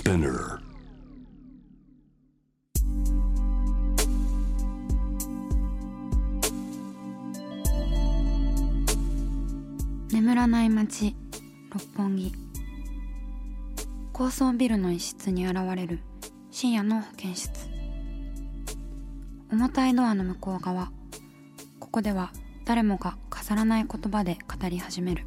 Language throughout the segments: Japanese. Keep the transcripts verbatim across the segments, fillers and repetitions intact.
Spinner. 眠らない街六本木。高層ビルの一室に現れる深夜の保健室。重たいドアの向こう側、ここでは誰もが飾らない言葉で語り始める。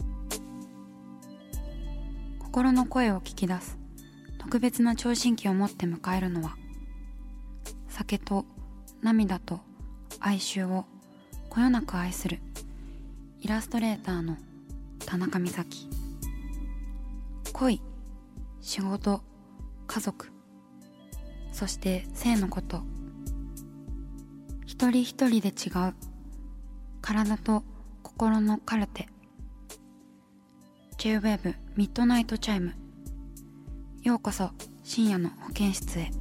心の声を聞き出す特別な聴診器を持って迎えるのは、酒と涙と哀愁をこよなく愛するイラストレーターの田中美咲。恋、仕事、家族、そして性のこと、一人一人で違う体と心のカルテ。 J-ウェーブ ミッドナイトチャイム。ようこそ深夜の保健室へ。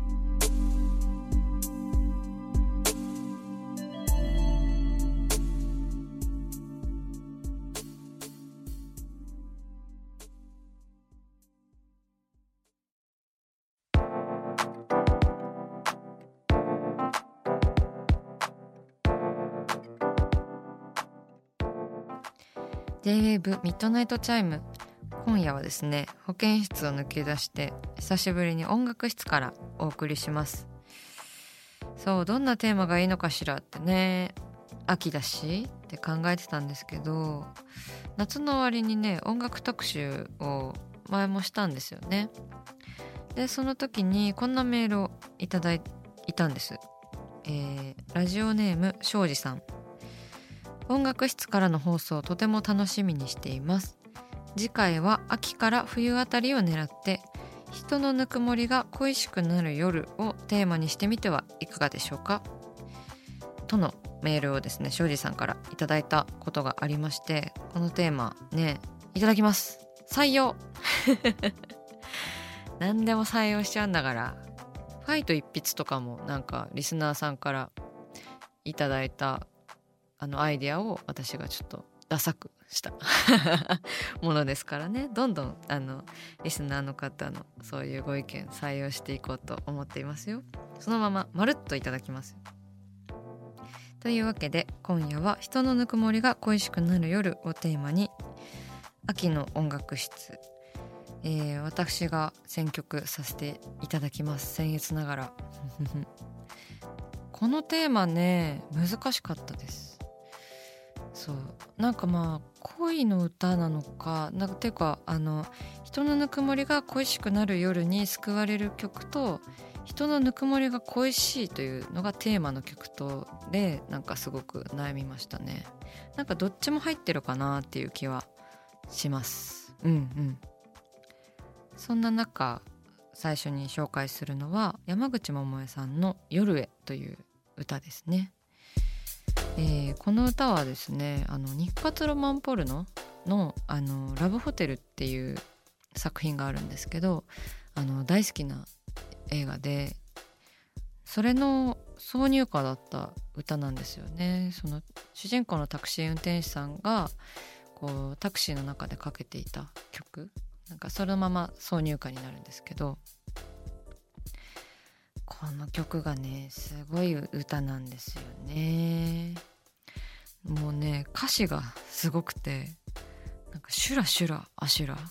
J-ウェーブ ミッドナイトチャイム。今夜はですね、保健室を抜け出して久しぶりに音楽室からお送りします。そう、どんなテーマがいいのかしらってね、秋だしって考えてたんですけど、夏の終わりにね、音楽特集を前もしたんですよね。でその時にこんなメールをいただいたんです。えー、ラジオネーム庄司さん。音楽室からの放送をとても楽しみにしています。次回は秋から冬あたりを狙って人のぬくもりが恋しくなる夜をテーマにしてみてはいかがでしょうか、とのメールをですね、庄司さんからいただいたことがありまして、このテーマね、いただきます。採用何でも採用しちゃうんだから。ファイト一筆とかもなんかリスナーさんからいただいたあのアイデアを私がちょっとダサくしたものですからね、どんどんあのリスナーの方のそういうご意見採用していこうと思っていますよ。そのまままるっといただきます。というわけで今夜は人のぬくもりが恋しくなる夜をテーマに、秋の音楽室、えー、私が選曲させていただきます。僭越ながらこのテーマね、難しかったです。そう、なんかまあ恋の歌なのか、なんかていうかあの人のぬくもりが恋しくなる夜に救われる曲と、人のぬくもりが恋しいというのがテーマの曲とで、なんかすごく悩みましたね。なんかどっちも入ってるかなっていう気はします。うんうん。そんな中最初に紹介するのは山口百恵さんの夜へという歌ですね。えー、この歌はですね、あの日活ロマンポルノ の, あのラブホテルっていう作品があるんですけど、あの大好きな映画で、それの挿入歌だった歌なんですよね。その主人公のタクシー運転手さんがこうタクシーの中でかけていた曲、なんかそのまま挿入歌になるんですけど、この曲がねすごい歌なんですよね。もうね歌詞がすごくて、なんかシュラシュラアシュラ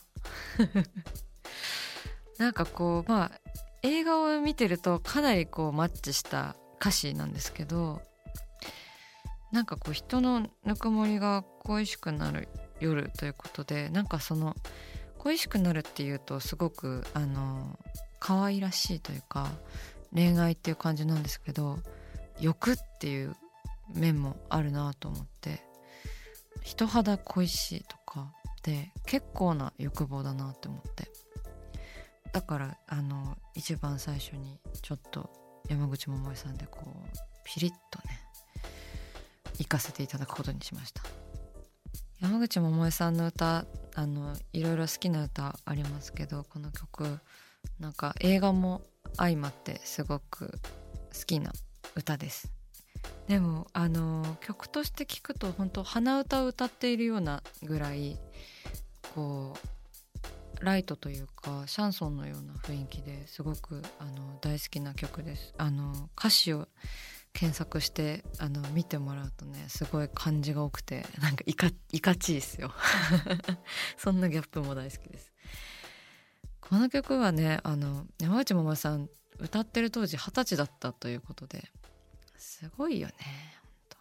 なんかこうまあ映画を見てるとかなりこうマッチした歌詞なんですけど、なんかこう人のぬくもりが恋しくなる夜ということで、なんかその恋しくなるっていうとすごくあの可愛らしいというか恋愛っていう感じなんですけど、欲っていう面もあるなと思って、人肌恋しいとかで結構な欲望だなって思って、だからあの一番最初にちょっと山口百恵さんでこうピリッとね行かせていただくことにしました。山口百恵さんの歌、あのいろいろ好きな歌ありますけど、この曲なんか映画も相まってすごく好きな歌です。でもあの曲として聴くと本当鼻歌を歌っているようなぐらいこうライトというかシャンソンのような雰囲気ですごくあの大好きな曲です。あの歌詞を検索してあの見てもらうとねすごい漢字が多くてなんかいかいかちいですよそんなギャップも大好きです。この曲はねあの山内百恵さん歌ってる当時二十歳だったということですごいよね本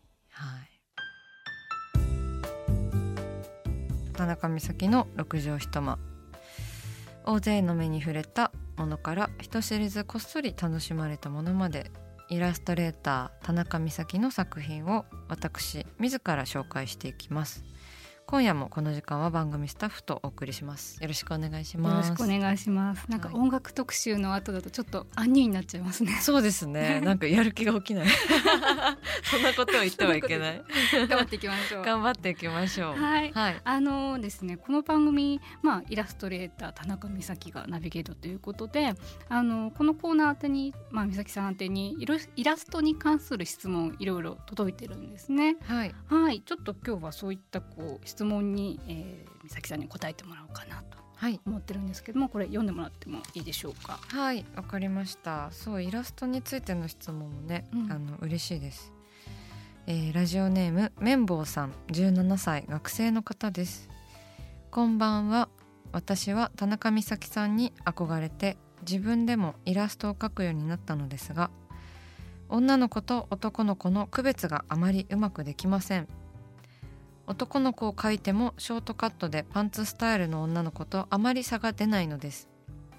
当に。はい、田中美咲の六畳一間、大勢の目に触れたものから人知れずこっそり楽しまれたものまで、イラストレーター田中美咲の作品を私自ら紹介していきます。今夜もこの時間は番組スタッフとお送りします。よろしくお願いします。 よろしくお願いします。なんか音楽特集の後だとちょっとアンニュイになっちゃいますね。 そうですね、なんかやる気が起きないそんなことを言ってはいけない頑張っていきましょう頑張っていきましょう。 はい、 はい、 あのですねこの番組、まあ、イラストレーター田中美咲がナビゲートということで、あのこのコーナー宛てに、まあ、美咲さん宛てにイラストに関する質問いろいろ届いてるんですね。 はい、 はい、ちょっと今日はそういったこう質問に、えーえー、美咲さんに答えてもらおうかなと思ってるんですけども、はい、これ読んでもらってもいいでしょうか。 はい、わかりました。そうイラストについての質問もね、うん、あの嬉しいです。えー、ラジオネーム綿棒さん、じゅうななさい学生の方です。こんばんは。私は田中美咲さんに憧れて自分でもイラストを描くようになったのですが、女の子と男の子の区別があまりうまくできません。男の子を描いてもショートカットでパンツスタイルの女の子とあまり差が出ないのです。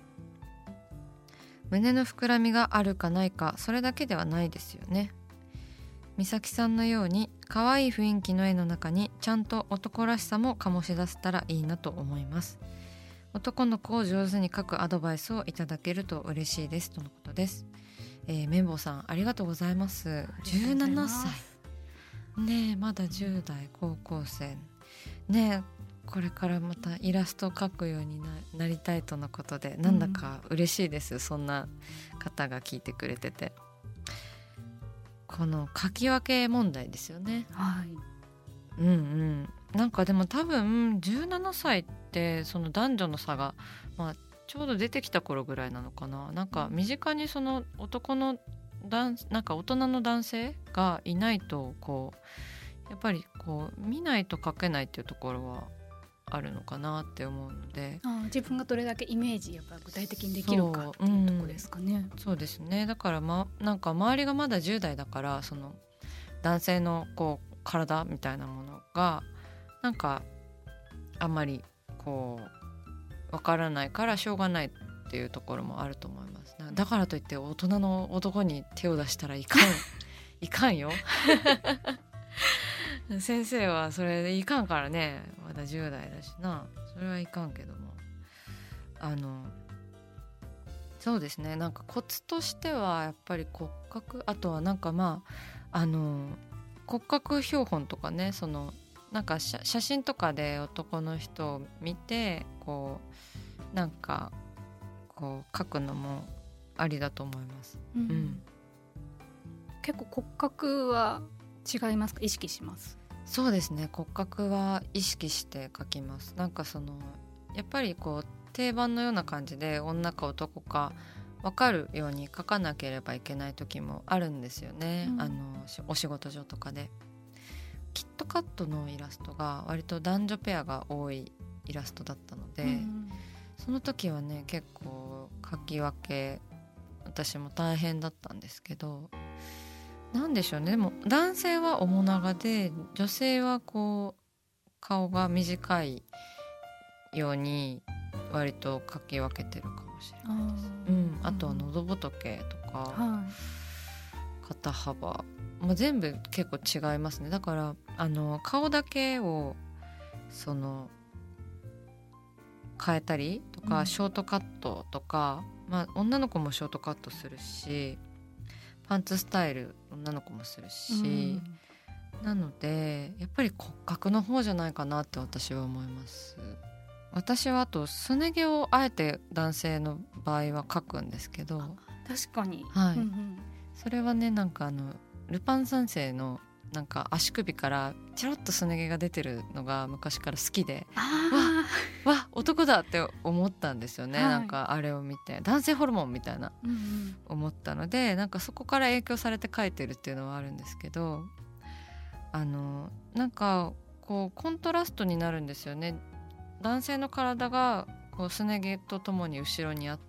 胸の膨らみがあるかないか、それだけではないですよね。美咲さんのように可愛い雰囲気の絵の中にちゃんと男らしさも醸し出せたらいいなと思います。男の子を上手に描くアドバイスをいただけると嬉しいですとのことです。えー、綿棒さんありがとうございます。じゅうななさいねえ、まだじゅう代高校生ねえ、これからまたイラストを描くように な, なりたいとのことで、なんだか嬉しいです、うん、そんな方が聞いてくれてて。この書き分け問題ですよね。 はい、 うんうん、なんかでも多分じゅうななさいってその男女の差が、まあ、ちょうど出てきた頃ぐらいなのかな。なんか身近にその男のなんか大人の男性がいないとこうやっぱりこう見ないと描けないっていうところはあるのかなって思うので、 あ自分がどれだけイメージやっぱ具体的にできるかっていうところですかね。 そう、うん、そうですね。だから、ま、なんか周りがまだじゅう代だからその男性のこう体みたいなものがなんかあんまりこうわからないからしょうがないっていうところもあると思います。だからといって大人の男に手を出したらいかんいかんよ先生はそれでいかんからね、まだじゅう代だしな、それはいかんけども、あのそうですね、なんかコツとしてはやっぱり骨格、あとはなんかまああの骨格標本とかね、そのなんか写真とかで男の人を見てこうなんかこう描くのもありだと思います、うんうん、 結構骨格は違いますか？意識します？ そうですね、骨格は意識して描きます。なんかそのやっぱりこう定番のような感じで女か男か分かるように描かなければいけない時もあるんですよね、うん、あのお仕事上とかで。キットカットのイラストが割と男女ペアが多いイラストだったので、うん、その時はね結構描き分け私も大変だったんですけど、なんでしょうね、でも男性は面長で女性はこう顔が短いように割と描き分けてるかもしれないです。あ、うん、あとは喉仏とか、はい、肩幅、まあ、全部結構違いますね。だからあの顔だけをその変えたりとか、うん、ショートカットとか、まあ、女の子もショートカットするしパンツスタイル女の子もするし、うん、なのでやっぱり骨格の方じゃないかなって私は思います。私はあとすね毛をあえて男性の場合は描くんですけど、 確かに、 はい、 うんうん、 それはねなんかあのルパン三世のなんか足首からチラッとすね毛が出てるのが昔から好きで、 あ、 わ男だって思ったんですよね、 はい、 なんかあれを見て男性ホルモンみたいな、 うんうん、 思ったのでなんかそこから影響されて書いてるっていうのはあるんですけど、あのなんかこうコントラストになるんですよね。男性の体がこうすね毛とともに後ろにあって、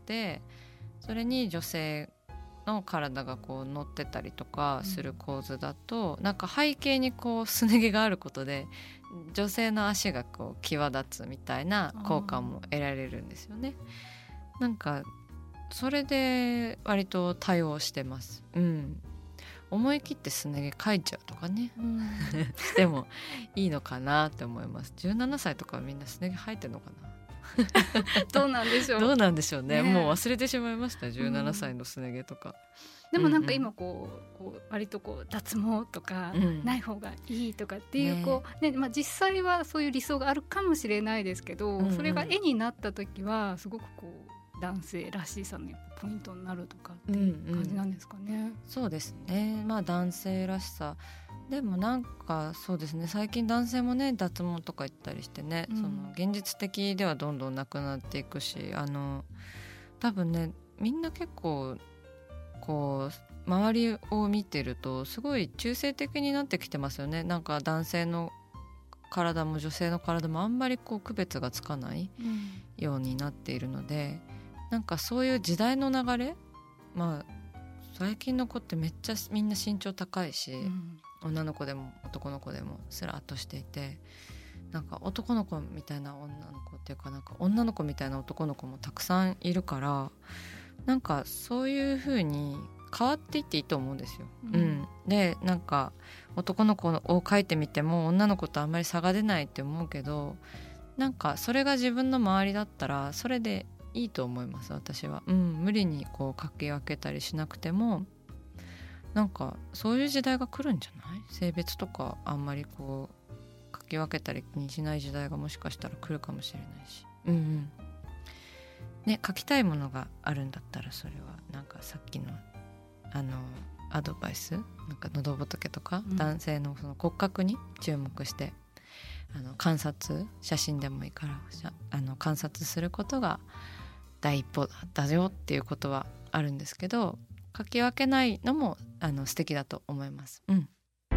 それに女性の体がこう乗ってたりとかする構図だと、うん、なんか背景にこうすね毛があることで女性の足がこう際立つみたいな効果も得られるんですよね。なんかそれで割と対応してます、うん、思い切ってすね毛描いちゃうとかね、うん、してもいいのかなって思います。じゅうななさいとかはみんなすね毛生えてるのかなどうなんでしょうどうなんでしょう ね, ね。 もう忘れてしまいましたじゅうななさいのすね毛とか、 うん、でもなんか今こう、こう割とこう脱毛とかない方がいいとかっていう、こう、ねね、まあ、実際はそういう理想があるかもしれないですけど、うんうん、それが絵になった時はすごくこう男性らしさのポイントになるとかっていう感じなんですかね、うんうん、 そうですね、まあ男性らしさでもなんかそうですね、最近男性もね脱毛とか言ったりしてね、うん、その現実的ではどんどんなくなっていくし、あの多分ねみんな結構こう周りを見てるとすごい中性的になってきてますよね。なんか男性の体も女性の体もあんまりこう区別がつかないようになっているので、うん、なんかそういう時代の流れ、まあ最近の子ってめっちゃみんな身長高いし、うん、女の子でも男の子でもスラッとしていて、なんか男の子みたいな女の子っていうか、なんか女の子みたいな男の子もたくさんいるから、なんかそういう風に変わっていっていいと思うんですよ、うんうん、でなんか男の子を描いてみても女の子とあんまり差が出ないって思うけど、なんかそれが自分の周りだったらそれでいいと思います私は、うん、無理にこう書き分けたりしなくても、なんかそういう時代が来るんじゃない？性別とかあんまりこう書き分けたり気にしない時代がもしかしたら来るかもしれないし、うんうんね、書きたいものがあるんだったらそれはなんかさっきのあのアドバイス、なんか喉仏とか、うん、男性のその骨格に注目してあの観察、写真でもいいからあの観察することが第一歩だよっていうことはあるんですけど、書き分けないのもあの素敵だと思います、うん、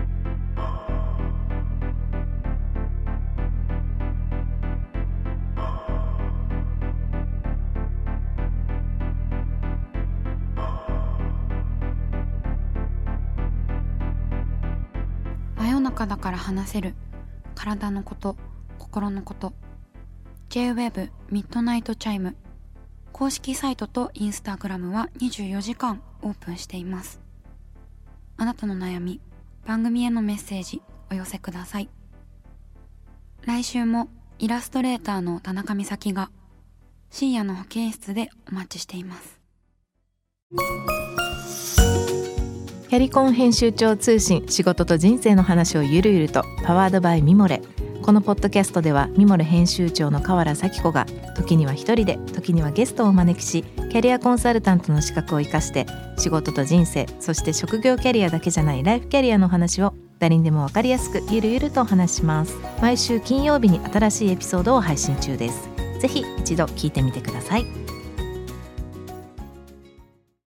真夜中だから話せる体のこと、心のこと。 ジェイウェブ ミッドナイトチャイム公式サイトとインスタグラムはにじゅうよじかんオープンしています。あなたの悩み、番組へのメッセージお寄せください。来週もイラストレーターの田中美咲が深夜の保健室でお待ちしています。 キャリコン編集長通信、仕事と人生の話をゆるゆると、パワードバイミモレ。このポッドキャストではミモレ編集長の河原咲子が時には一人で時にはゲストをお招きし、キャリアコンサルタントの資格を生かして仕事と人生、そして職業キャリアだけじゃないライフキャリアの話を誰にでも分かりやすくゆるゆるとお話します。毎週金曜日に新しいエピソードを配信中です。ぜひ一度聞いてみてください。